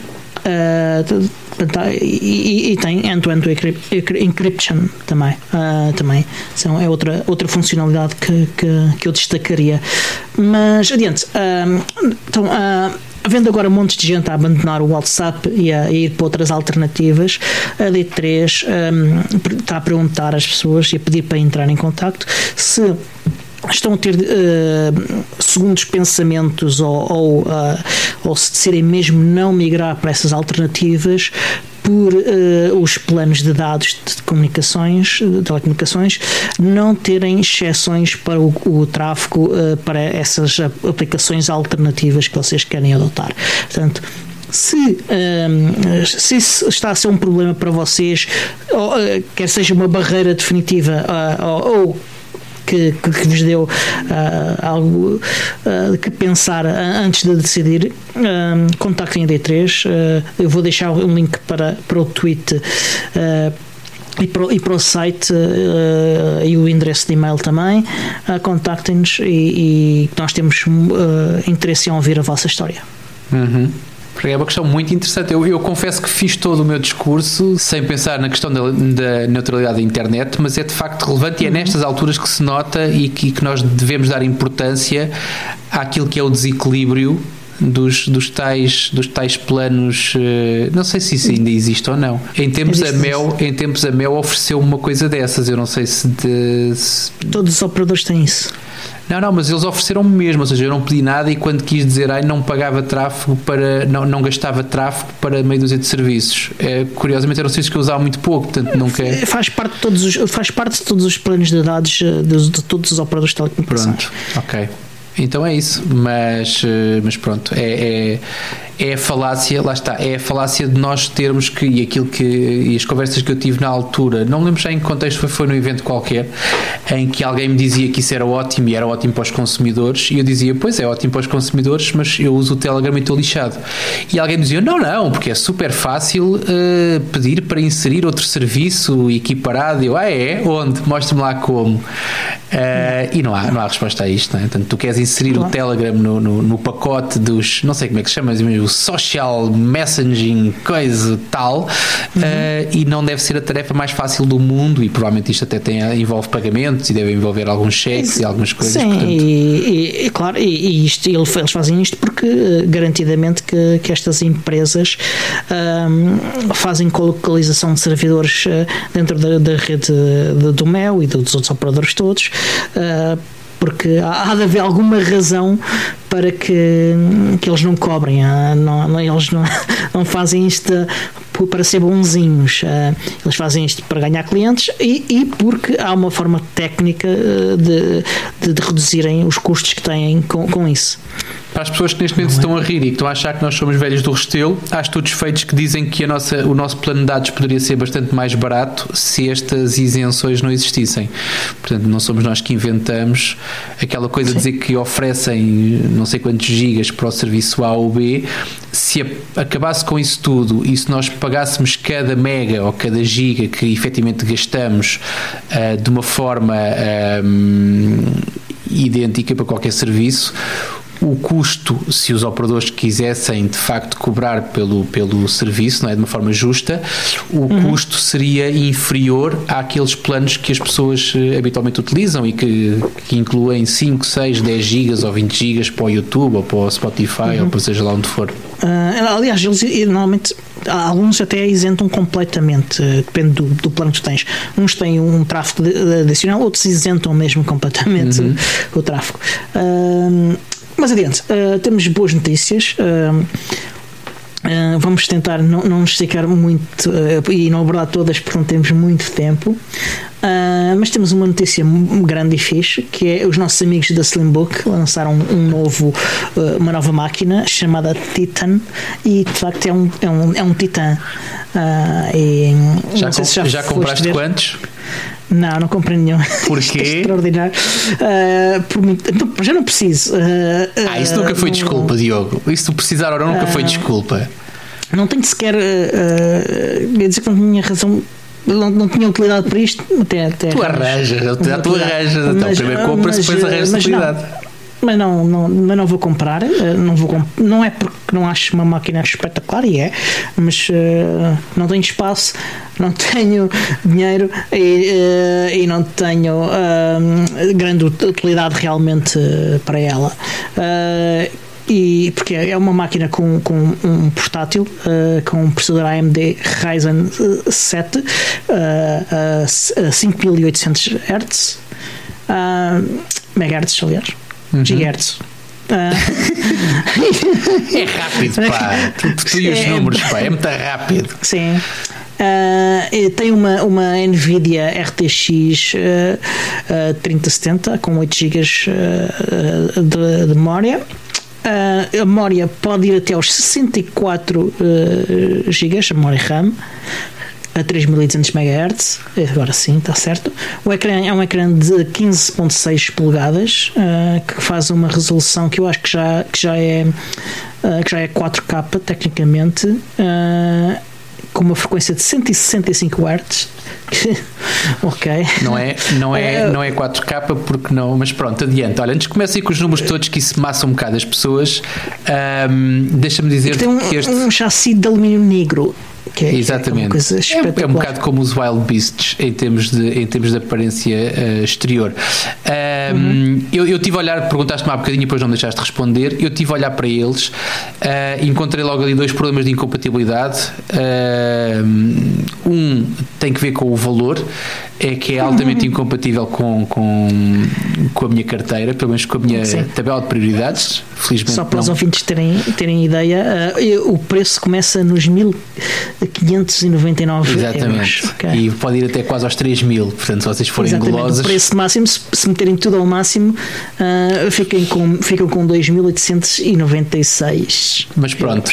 E tem end-to-end encryption também. É outra funcionalidade que eu destacaria. Mas adiante. Havendo agora um monte de gente a abandonar o WhatsApp e a ir para outras alternativas, a D3 está a perguntar às pessoas e a pedir para entrar em contacto se estão a ter segundos pensamentos ou se decidem mesmo não migrar para essas alternativas por os planos de dados de telecomunicações não terem exceções para o tráfego para essas aplicações alternativas que vocês querem adotar. Portanto, se está a ser um problema para vocês, quer seja uma barreira definitiva ou que vos deu algo que pensar antes de decidir, contactem a D3. Eu vou deixar um link para o tweet e para o site e o endereço de e-mail também. Contactem-nos e nós temos interesse em ouvir a vossa história. É uma questão muito interessante. Eu confesso que fiz todo o meu discurso sem pensar na questão da neutralidade da internet, mas é de facto relevante e é nestas alturas que se nota e que nós devemos dar importância àquilo que é o desequilíbrio dos tais planos. Não sei se isso ainda existe ou não. Em tempos a Mel ofereceu uma coisa dessas. Eu não sei se todos os operadores têm isso. Não, mas eles ofereceram-me mesmo, ou seja, eu não pedi nada e quando quis dizer não pagava tráfego não gastava tráfego para meia dúzia de serviços. Curiosamente era um serviço que eu usava muito pouco, portanto nunca... Faz parte de todos os planos de dados de todos os operadores de telecomunicações. Pronto, ok. Então é isso, mas pronto, é a falácia, lá está, é a falácia de nós termos que, e as conversas que eu tive na altura, não me lembro já em que contexto foi num evento qualquer, em que alguém me dizia que isso era ótimo e era ótimo para os consumidores, e eu dizia, pois é ótimo para os consumidores, mas eu uso o Telegram e estou lixado. E alguém me dizia, não, porque é super fácil pedir para inserir outro serviço equiparado. Eu, onde? Mostra-me lá como. E não há resposta a isto, não é? Portanto, tu queres inserir o Telegram no pacote dos, não sei como é que se chama, o social messaging coisa tal, e não deve ser a tarefa mais fácil do mundo, e provavelmente isto até envolve pagamentos e deve envolver alguns cheques e algumas coisas. Sim, portanto... claro, eles fazem isto porque garantidamente que estas empresas fazem colocalização de servidores dentro da rede do Mel e dos outros operadores todos, porque há de haver alguma razão para que eles não cobrem, eles não fazem isto para ser bonzinhos, eles fazem isto para ganhar clientes e porque há uma forma técnica de reduzirem os custos que têm com isso. Para as pessoas que neste momento estão a rir e que estão a achar que nós somos velhos do Restelo, há estudos feitos que dizem que o nosso plano de dados poderia ser bastante mais barato se estas isenções não existissem. Portanto, não somos nós que inventamos aquela coisa de dizer que oferecem não sei quantos gigas para o serviço A ou B. Se acabasse com isso tudo e se nós pagássemos cada mega ou cada giga que efetivamente gastamos de uma forma idêntica para qualquer serviço, o custo, se os operadores quisessem de facto cobrar pelo serviço, não é, de uma forma justa, o custo seria inferior àqueles planos que as pessoas habitualmente utilizam e que incluem 5, 6, 10 gigas ou 20 gigas para o YouTube ou para o Spotify ou para seja lá onde for. Aliás, eles normalmente alguns até isentam completamente, depende do plano que tu tens. Uns têm um tráfego adicional, outros isentam mesmo completamente o tráfego. Mas adiante, temos boas notícias. Vamos tentar não nos esticar muito e não abordar todas porque não temos muito tempo, mas temos uma notícia grande e fixe, que é os nossos amigos da Slimbook lançaram uma nova máquina chamada Titan, e de facto é um Titan. Já compraste quantos? Não comprei nenhum. Porquê? É extraordinário. Já não preciso. Isso nunca foi desculpa, Diogo. Isso precisar ou não nunca foi desculpa. Não tenho sequer. Ia dizer que não tinha razão. Não tinha utilidade para isto. Tu arranjas. Então, primeiro compras, depois arranjas utilidade. Mas não vou comprar. Não é porque não acho uma máquina espetacular, mas não tenho espaço, não tenho dinheiro e não tenho grande utilidade realmente para ela. E porque é uma máquina com um portátil com um processador AMD Ryzen 7 a 5800 Hz, MHz, aliás, GHz. É rápido, pá. Tu e os números, pá, é muito rápido. Sim. Tem uma Nvidia RTX 3070 com 8 GB de memória. A memória pode ir até aos 64 GB, a memória RAM, a 3200 MHz. Agora sim, está certo. O ecrã é um ecrã de 15.6 polegadas, que faz uma resolução que eu acho que já é 4K tecnicamente, com uma frequência de 165 Hz. Ok. Não é 4K porque não, mas pronto, adiante. Olha, antes comecem com os números todos, que isso massa um bocado as pessoas. Deixa-me dizer que este um chassi de alumínio negro. Exatamente. É um bocado como os Wild Beasts em termos de aparência exterior. Eu tive a olhar, perguntaste-me há bocadinho e depois não me deixaste responder. Eu tive a olhar para eles, encontrei logo ali 2 problemas de incompatibilidade. Um tem que ver com o valor, que é altamente incompatível com a minha carteira, pelo menos com a minha tabela de prioridades. Felizmente, só para os ouvintes terem ideia, o preço começa nos 599 Exatamente. euros. Okay. E pode ir até quase aos 3.000. Portanto, se vocês forem golosos... O preço máximo, se meterem tudo ao máximo, ficam com 2.896. Mas pronto,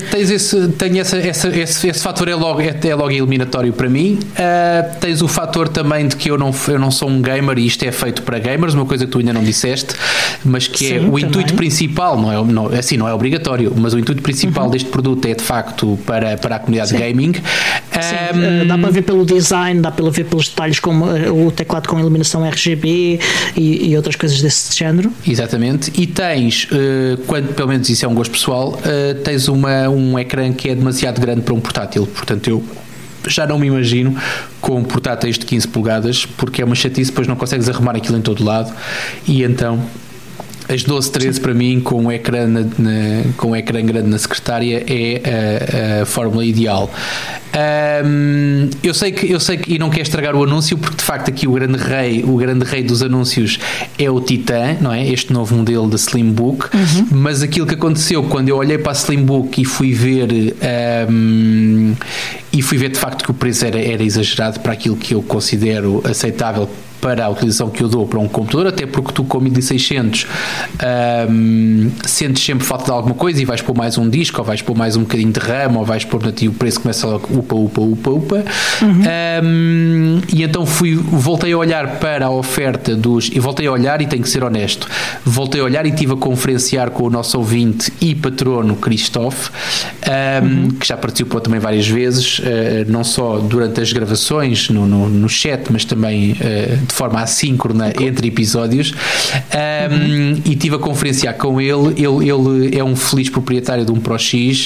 esse fator é logo eliminatório para mim. Tens o fator também de que eu não sou um gamer e isto é feito para gamers, uma coisa que tu ainda não disseste, mas que sim, é o também. intuito principal, não é obrigatório, mas o intuito principal deste produto é de facto para a comunidade gaming. Dá para ver pelo design, dá para ver pelos detalhes, como o teclado com iluminação RGB e outras coisas desse género. Exatamente, e tens, quando pelo menos isso é um gosto pessoal, tens um ecrã que é demasiado grande para um portátil, portanto eu já não me imagino com portáteis de 15 polegadas, porque é uma chatice, depois não consegues arrumar aquilo em todo lado, e então as 12-13 para mim com um ecrã grande na secretária é a fórmula ideal. Eu sei que e não quero estragar o anúncio, porque de facto aqui o grande rei dos anúncios é o Titan, não é? Este novo modelo da Slimbook. Mas aquilo que aconteceu quando eu olhei para a Slimbook e fui ver de facto que o preço era exagerado para aquilo que eu considero aceitável para a utilização que eu dou para um computador, até porque tu com 1600 sentes sempre falta de alguma coisa e vais pôr mais um disco, ou vais pôr mais um bocadinho de RAM, ou vais pôr e o preço começa logo upa. E então voltei a olhar para a oferta e voltei a olhar, e tenho que ser honesto, voltei a olhar e estive a conferenciar com o nosso ouvinte e patrono Christophe, que já participou também várias vezes, não só durante as gravações no chat, mas também de forma assíncrona entre episódios, e estive a conferenciar com ele. Ele é um feliz proprietário de um Pro X,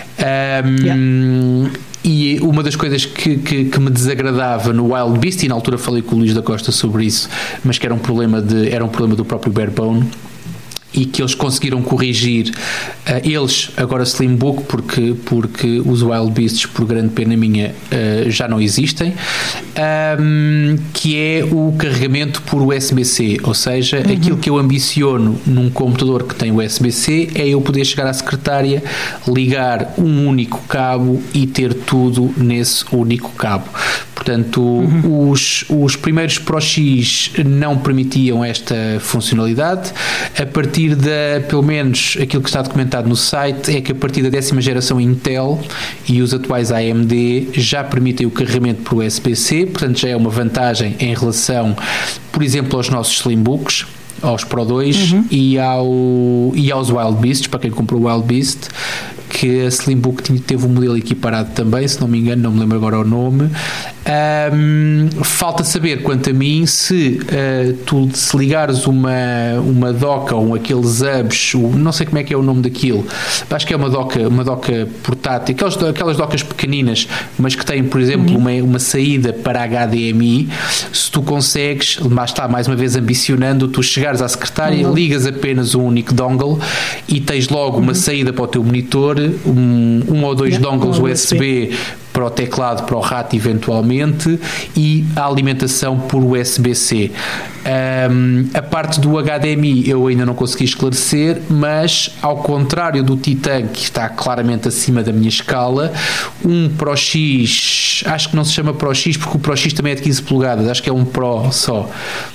e uma das coisas que me desagradava no Wild Beast, e na altura falei com o Luís da Costa sobre isso, mas que era um problema do próprio Barebone, e que eles conseguiram corrigir, eles, agora Slimbook, porque os Wild Beasts, por grande pena minha, já não existem, que é o carregamento por USB-C, ou seja, aquilo que eu ambiciono num computador que tem USB-C é eu poder chegar à secretária, ligar um único cabo e ter tudo nesse único cabo. Portanto, os primeiros Pro X não permitiam esta funcionalidade. A partir pelo menos aquilo que está documentado no site, é que a partir da 10ª geração Intel e os atuais AMD já permitem o carregamento por USB-C, portanto já é uma vantagem em relação, por exemplo, aos nossos Slimbooks, aos Pro 2 e aos Wild Beasts, para quem comprou o Wild Beast, que a Slimbook teve um modelo equiparado também, se não me engano, não me lembro agora o nome. Falta saber, quanto a mim, se ligares uma doca ou aqueles hubs, não sei como é que é o nome daquilo, acho que é uma doca portátil, aquelas docas pequeninas, mas que têm, por exemplo, uma saída para HDMI. Se tu consegues, mais uma vez ambicionando, tu chegares à secretária, ligas apenas um único dongle e tens logo uma saída para o teu monitor, um ou dois dongles USB para o teclado, para o rato eventualmente, e a alimentação por USB-C. A parte do HDMI eu ainda não consegui esclarecer, mas ao contrário do Titan, que está claramente acima da minha escala, um Pro X, acho que não se chama Pro X porque o Pro X também é de 15 polegadas, acho que é um Pro só.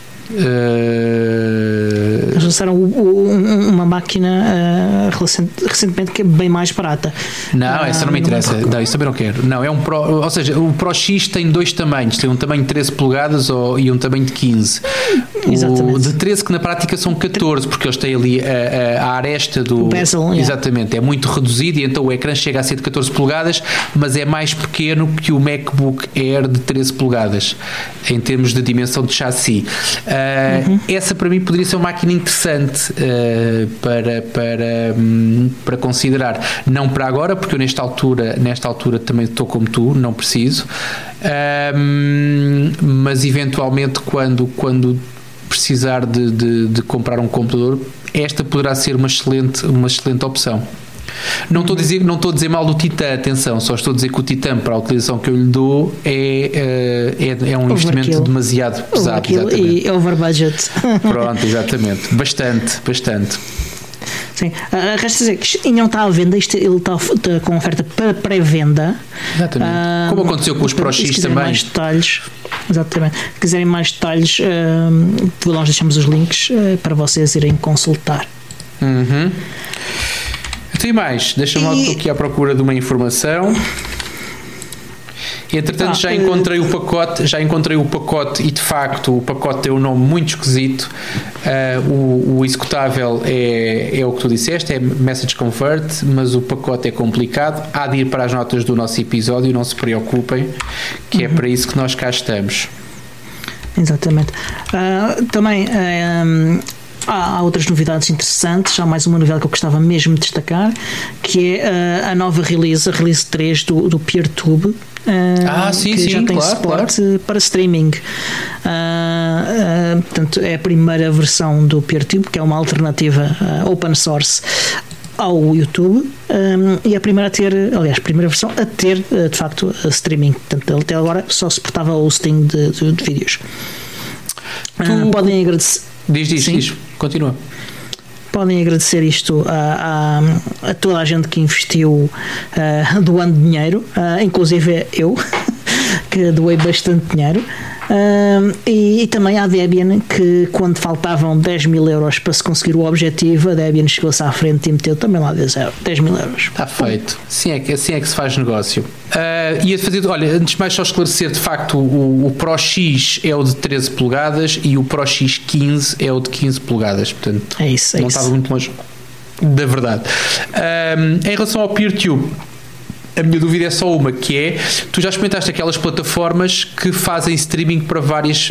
Eles lançaram uma máquina recentemente que é bem mais barata. Não, essa não me interessa. Não, isso também não quero. Não, é um Pro, ou seja, o Pro X tem dois tamanhos, tem um tamanho de 13 polegadas e um tamanho de 15. O de 13 que na prática são 14, porque eles têm ali a aresta do bezel, exatamente, é muito reduzido, e então o ecrã chega a ser de 14 polegadas, mas é mais pequeno que o MacBook Air de 13 polegadas em termos de dimensão de chassi. Essa para mim poderia ser uma máquina interessante para considerar, não para agora, porque eu nesta altura também estou como tu, não preciso, mas eventualmente quando precisar de comprar um computador, esta poderá ser uma excelente opção. Não estou a dizer mal do Titan, atenção, só estou a dizer que o Titan, para a utilização que eu lhe dou, é um investimento demasiado pesado. E over budget. Pronto, exatamente. Bastante. Sim. Resta dizer que isto não está à venda, ele está com oferta para pré-venda. Exatamente. Como aconteceu com os Pro X também. Mais detalhes, exatamente. Se quiserem mais detalhes, nós deixamos os links para vocês irem consultar. Uhum. Tem mais, deixa-me lá, estou aqui à procura de uma informação. Entretanto já encontrei o pacote e de facto o pacote tem um nome muito esquisito. O executável é o que tu disseste, é Message Convert, mas o pacote é complicado. Há de ir para as notas do nosso episódio, não se preocupem, que é para isso que nós cá estamos. Exatamente. Também há outras novidades interessantes. Há mais uma novidade que eu gostava mesmo de destacar, que é a nova release, a release 3 do PeerTube, que já tem suporte para streaming. Portanto, é a primeira versão do PeerTube, que é uma alternativa open source ao YouTube, e a primeira versão a ter de facto streaming. Portanto, ele até agora só suportava hosting de vídeos. Podem agradecer. Diz, continua. Podem agradecer isto a toda a gente que investiu doando dinheiro, inclusive eu, que doei bastante dinheiro, e também à Debian, que quando faltavam 10 mil euros para se conseguir o objetivo, a Debian chegou-se à frente e meteu também lá 10 mil euros. Está feito. Assim é que se faz negócio. Olha, antes de mais só esclarecer, de facto o Pro X é o de 13 polegadas e o Pro X 15 é o de 15 polegadas, portanto não estava muito longe da verdade. Em relação ao PeerTube, a minha dúvida é só uma, que é, tu já experimentaste aquelas plataformas que fazem streaming para vários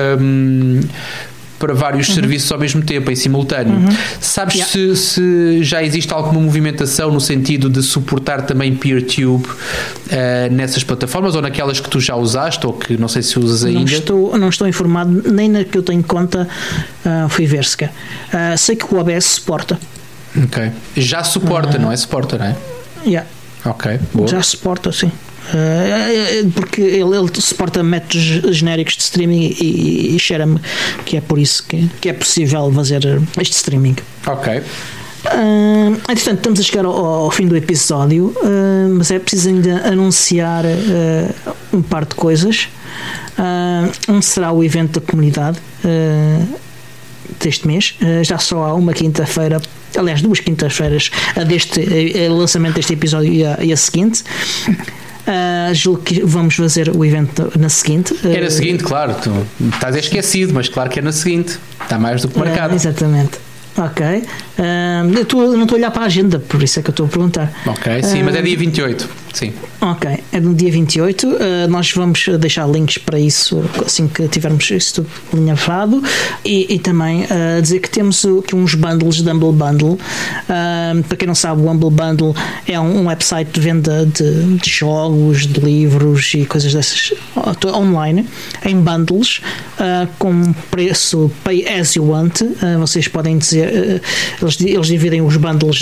serviços ao mesmo tempo, em simultâneo. Sabes se já existe alguma movimentação no sentido de suportar também PeerTube nessas plataformas, ou naquelas que tu já usaste, ou que não sei se usas ainda? Não estou informado, nem na que eu tenho conta fui ver sequer. Sei que o OBS suporta. Ok. Já suporta, não é? Suporta, não é? Yeah. Ok, boa. Já suporta, sim. Porque ele suporta métodos genéricos de streaming e cheira-me que é por isso que é possível fazer este streaming. Ok. Entretanto, estamos a chegar ao fim do episódio, mas é preciso ainda anunciar um par de coisas. Onde será o evento da comunidade deste mês? Já só há uma quinta-feira, aliás, 2 quintas-feiras, deste lançamento deste episódio e a seguinte. Julgo que vamos fazer o evento na seguinte. É na seguinte, claro. Tu estás esquecido, mas claro que é na seguinte. Está mais do que marcado. Exatamente. Ok. Eu não estou a olhar para a agenda, por isso é que eu estou a perguntar. Ok, sim, mas é dia 28. Sim. Ok, é no dia 28. Nós vamos deixar links para isso assim que tivermos isso tudo alinhavado. E também dizer que temos aqui uns bundles de Humble Bundle. Para quem não sabe, o Humble Bundle é um website de venda de jogos, de livros e coisas dessas online, em bundles, com preço pay as you want. Vocês podem dizer, eles dividem os bundles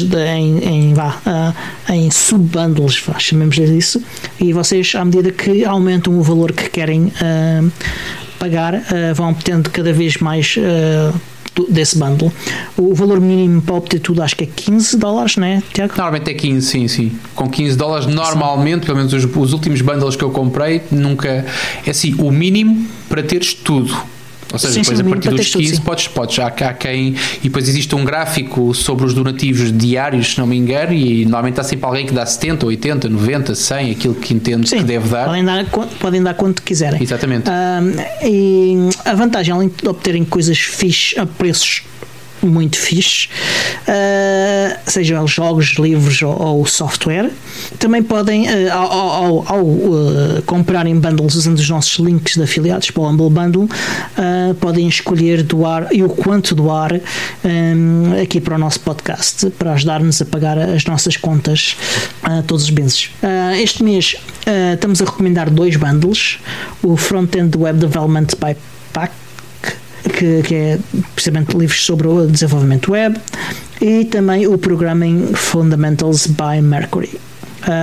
em sub-bundles, chamemos-lhe isso, e vocês, à medida que aumentam o valor que querem pagar, vão obtendo cada vez mais desse bundle. O valor mínimo para obter tudo acho que é $15, não é, Tiago? Normalmente é 15, sim. Com $15 normalmente, sim. Pelo menos os últimos bundles que eu comprei, nunca é assim, o mínimo para teres tudo. Ou seja, depois a partir dos 15 podes. Há quem. E depois existe um gráfico sobre os donativos diários, se não me engano, e normalmente há sempre alguém que dá 70, 80, 90, 100, aquilo que entende que deve dar. Podem dar quanto quiserem. Exatamente. E a vantagem, além de obterem coisas fixe a preços muito fixe, sejam jogos, livros ou software, também podem, ao comprarem bundles usando os nossos links de afiliados para o Humble Bundle, podem escolher doar e o quanto doar aqui para o nosso podcast, para ajudar-nos a pagar as nossas contas todos os meses. Este mês estamos a recomendar 2 bundles: o Front-End Web Development by Pack, que é precisamente livros sobre o desenvolvimento web, e também o Programming Fundamentals by Mercury.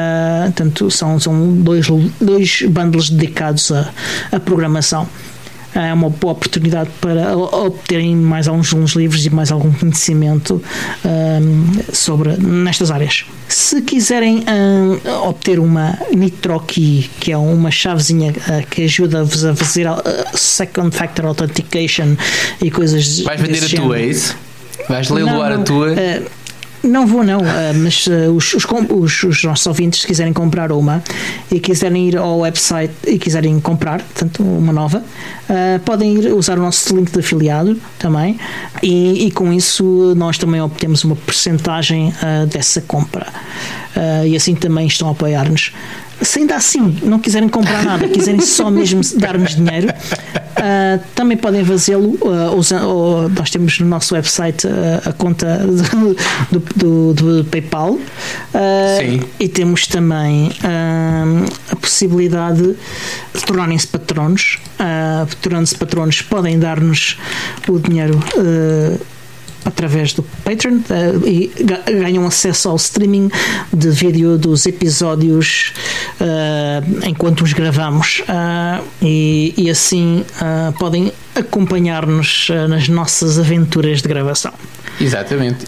Portanto, são dois bundles dedicados à programação. é uma boa oportunidade para obterem mais alguns livros e mais algum conhecimento sobre nestas áreas. Se quiserem obter uma NitroKey, que é uma chavezinha que ajuda-vos a fazer Second Factor Authentication e coisas. Vais vender a tua, é isso? Vais leiloar a tua? Não vou, mas os nossos ouvintes, se quiserem comprar uma e quiserem ir ao website e quiserem comprar, portanto, uma nova, podem usar o nosso link de afiliado também, e com isso nós também obtemos uma percentagem dessa compra, e assim também estão a apoiar-nos. Se ainda assim não quiserem comprar nada, quiserem só mesmo dar-nos dinheiro, também podem fazê-lo usando. Nós temos no nosso website a conta do PayPal, e temos também a possibilidade de tornarem-se patronos. Tornando-se patronos, podem dar-nos o dinheiro através do Patreon, e ganham acesso ao streaming de vídeo dos episódios enquanto os gravamos, e assim podem acompanhar-nos nas nossas aventuras de gravação. Exatamente.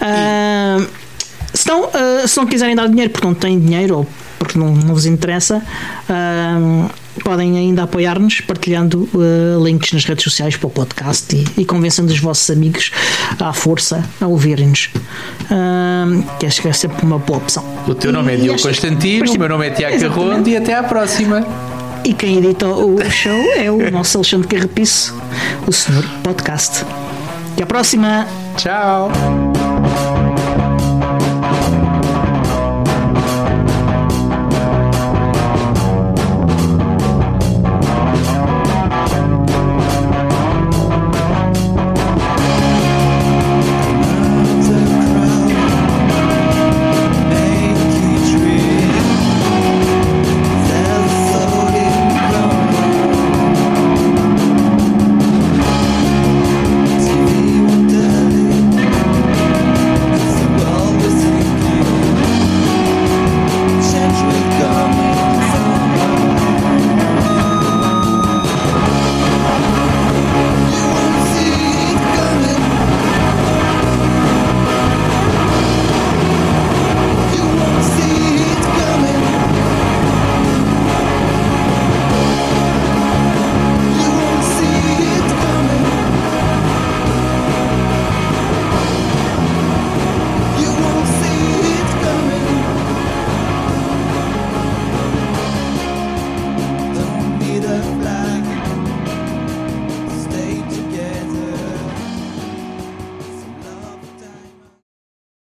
Se não quiserem dar dinheiro porque não têm dinheiro ou porque não vos interessa, podem ainda apoiar-nos partilhando links nas redes sociais para o podcast e convencendo os vossos amigos à força a ouvirem-nos, que acho que é sempre uma boa opção. O teu nome é Diogo Constantino, o meu nome é Tiago Carrondo, e até à próxima. E quem edita o show é o nosso Alexandre Carrapiço, o Senhor Podcast. Até à próxima. Tchau.